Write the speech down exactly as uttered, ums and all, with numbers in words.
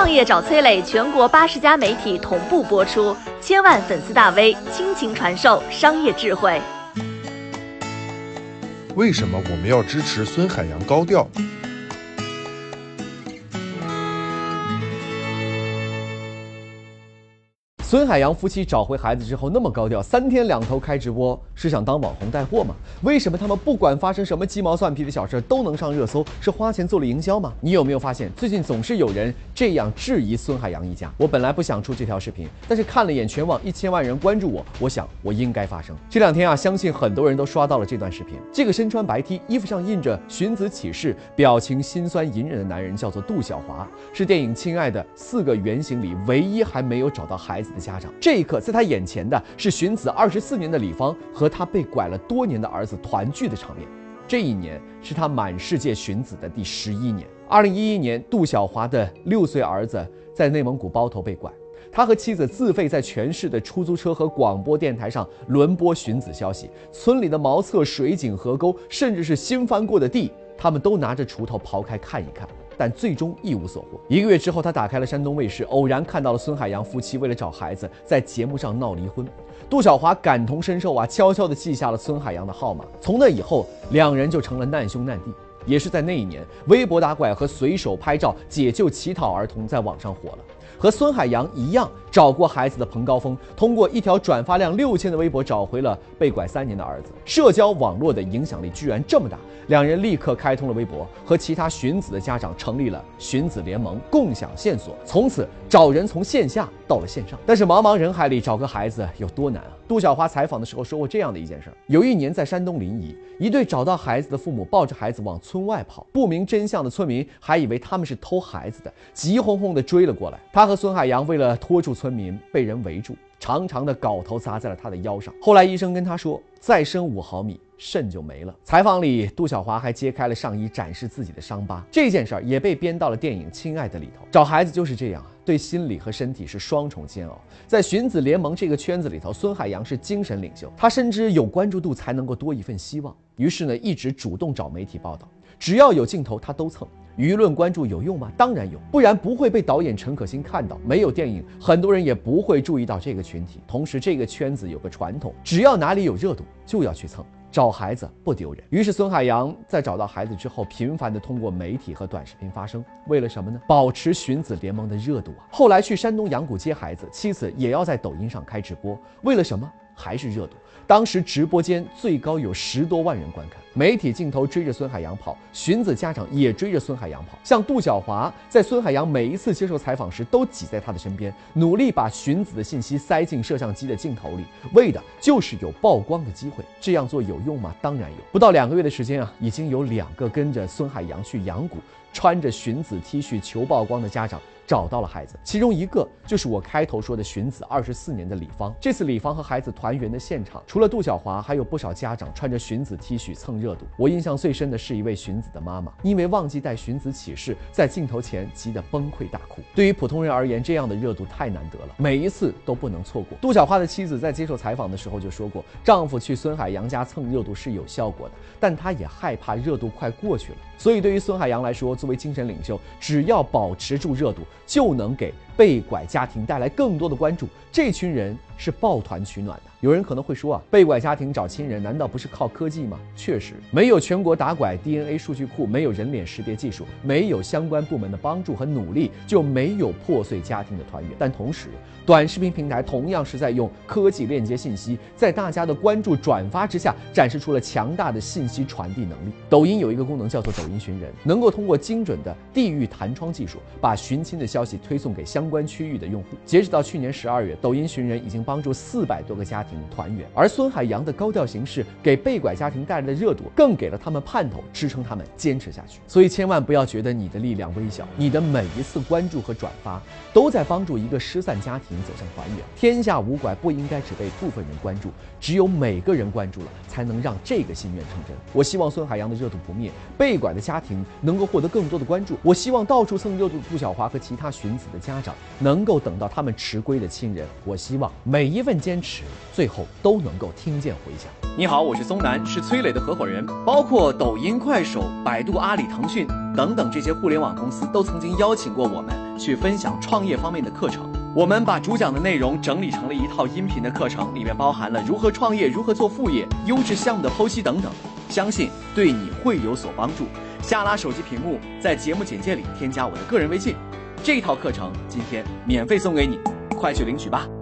创业找崔磊，全国八十家媒体同步播出，千万粉丝大 V 倾情传授商业智慧。 为什么我们要支持孙海洋高调？ 孙海洋夫妻找回孩子之后那么高调，三天两头开直播，是想当网红带货吗？为什么他们不管发生什么鸡毛蒜皮的小事都能上热搜？是花钱做了营销吗？你有没有发现，最近总是有人这样质疑孙海洋一家？我本来不想出这条视频，但是看了眼全网一千万人关注我，我想我应该发声。这两天啊，相信很多人都刷到了这段视频。这个身穿白 T， 衣服上印着荀子启事，表情心酸隐忍的男人叫做杜小华，是电影《亲爱的》四个原型里唯一还没有找到孩子的家长。这一刻，在他眼前的是荀子二十四年的李芳和他被拐了多年的儿子团聚的场面。这一年是他满世界荀子的第十一年。二零一一年，杜小华的六岁儿子在内蒙古包头被拐，他和妻子自费在全市的出租车和广播电台上轮播荀子消息。村里的茅厕、水井、河沟，甚至是新翻过的地，他们都拿着锄头刨开看一看。但最终一无所获。一个月之后，他打开了山东卫视，偶然看到了孙海洋夫妻为了找孩子在节目上闹离婚。杜小华感同身受啊，悄悄地记下了孙海洋的号码。从那以后，两人就成了难兄难弟。也是在那一年，微博打拐和随手拍照解救乞讨儿童在网上火了。和孙海洋一样找过孩子的彭高峰，通过一条转发量六千的微博找回了被拐三年的儿子。社交网络的影响力居然这么大，两人立刻开通了微博，和其他荀子的家长成立了荀子联盟，共享线索。从此找人从线下到了线上。但是茫茫人海里找个孩子有多难啊？杜小华采访的时候说过这样的一件事：有一年在山东临沂，一对找到孩子的父母抱着孩子往村外跑，不明真相的村民还以为他们是偷孩子的，急哄哄地追了过来。他和孙海洋为了拖住村民，被人围住，长长的镐头砸在了他的腰上。后来医生跟他说，再生五毫米肾就没了。采访里，杜小华还揭开了上衣，展示自己的伤疤。这件事儿也被编到了电影《亲爱的》里头。找孩子就是这样，对心理和身体是双重煎熬。在荀子联盟这个圈子里头，孙海洋是精神领袖，他深知有关注度才能够多一份希望，于是呢，一直主动找媒体报道，只要有镜头他都蹭。舆论关注有用吗？当然有，不然不会被导演陈可辛看到。没有电影，很多人也不会注意到这个群体。同时，这个圈子有个传统，只要哪里有热度，就要去蹭。找孩子不丢人。于是孙海洋在找到孩子之后，频繁地通过媒体和短视频发声，为了什么呢？保持荀子联盟的热度啊。后来去山东阳谷接孩子，妻子也要在抖音上开直播，为了什么？还是热度。当时直播间最高有十多万人观看，媒体镜头追着孙海洋跑，荀子家长也追着孙海洋跑。像杜小华在孙海洋每一次接受采访时，都挤在他的身边，努力把荀子的信息塞进摄像机的镜头里，为的就是有曝光的机会。这样做有用吗？当然有。不到两个月的时间啊，已经有两个跟着孙海洋去阳谷，穿着荀子 T 恤求曝光的家长找到了孩子，其中一个就是我开头说的荀子二十四年的李芳。这次李芳和孩子团圆的现场，除了杜小华，还有不少家长穿着荀子 T 恤蹭热度。我印象最深的是一位荀子的妈妈，因为忘记带荀子启事，在镜头前急得崩溃大哭。对于普通人而言，这样的热度太难得了，每一次都不能错过。杜小华的妻子在接受采访的时候就说过，丈夫去孙海洋家蹭热度是有效果的，但她也害怕热度快过去了。所以对于孙海洋来说，作为精神领袖，只要保持住热度，就能给被拐家庭带来更多的关注。这群人是抱团取暖的。有人可能会说啊，被拐家庭找亲人难道不是靠科技吗？确实，没有全国打拐 D N A 数据库，没有人脸识别技术，没有相关部门的帮助和努力，就没有破碎家庭的团圆。但同时，短视频平台同样是在用科技链接信息，在大家的关注转发之下，展示出了强大的信息传递能力。抖音有一个功能叫做抖音寻人，能够通过精准的地域弹窗技术，把寻亲的消息推送给相关区域的用户。截止到去年十二月，抖音寻人已经帮助四百多个家庭团圆。而孙海洋的高调行事给被拐家庭带来的热度，更给了他们盼头，支撑他们坚持下去。所以千万不要觉得你的力量微小，你的每一次关注和转发都在帮助一个失散家庭走向团圆。天下无拐不应该只被部分人关注，只有每个人关注了，才能让这个心愿成真。我希望孙海洋的热度不灭，被拐的家庭能够获得更多的关注。我希望到处蹭热度的杜小华和其他荀子的家长能够等到他们迟归的亲人。我希望每一份坚持最后都能够听见回响。你好，我是松南，是崔磊的合伙人。包括抖音、快手、百度、阿里、腾讯等等这些互联网公司都曾经邀请过我们去分享创业方面的课程。我们把主讲的内容整理成了一套音频的课程，里面包含了如何创业、如何做副业、优质项目的剖析等等，相信对你会有所帮助。下拉手机屏幕，在节目简介里添加我的个人微信，这套课程今天免费送给你，快去领取吧。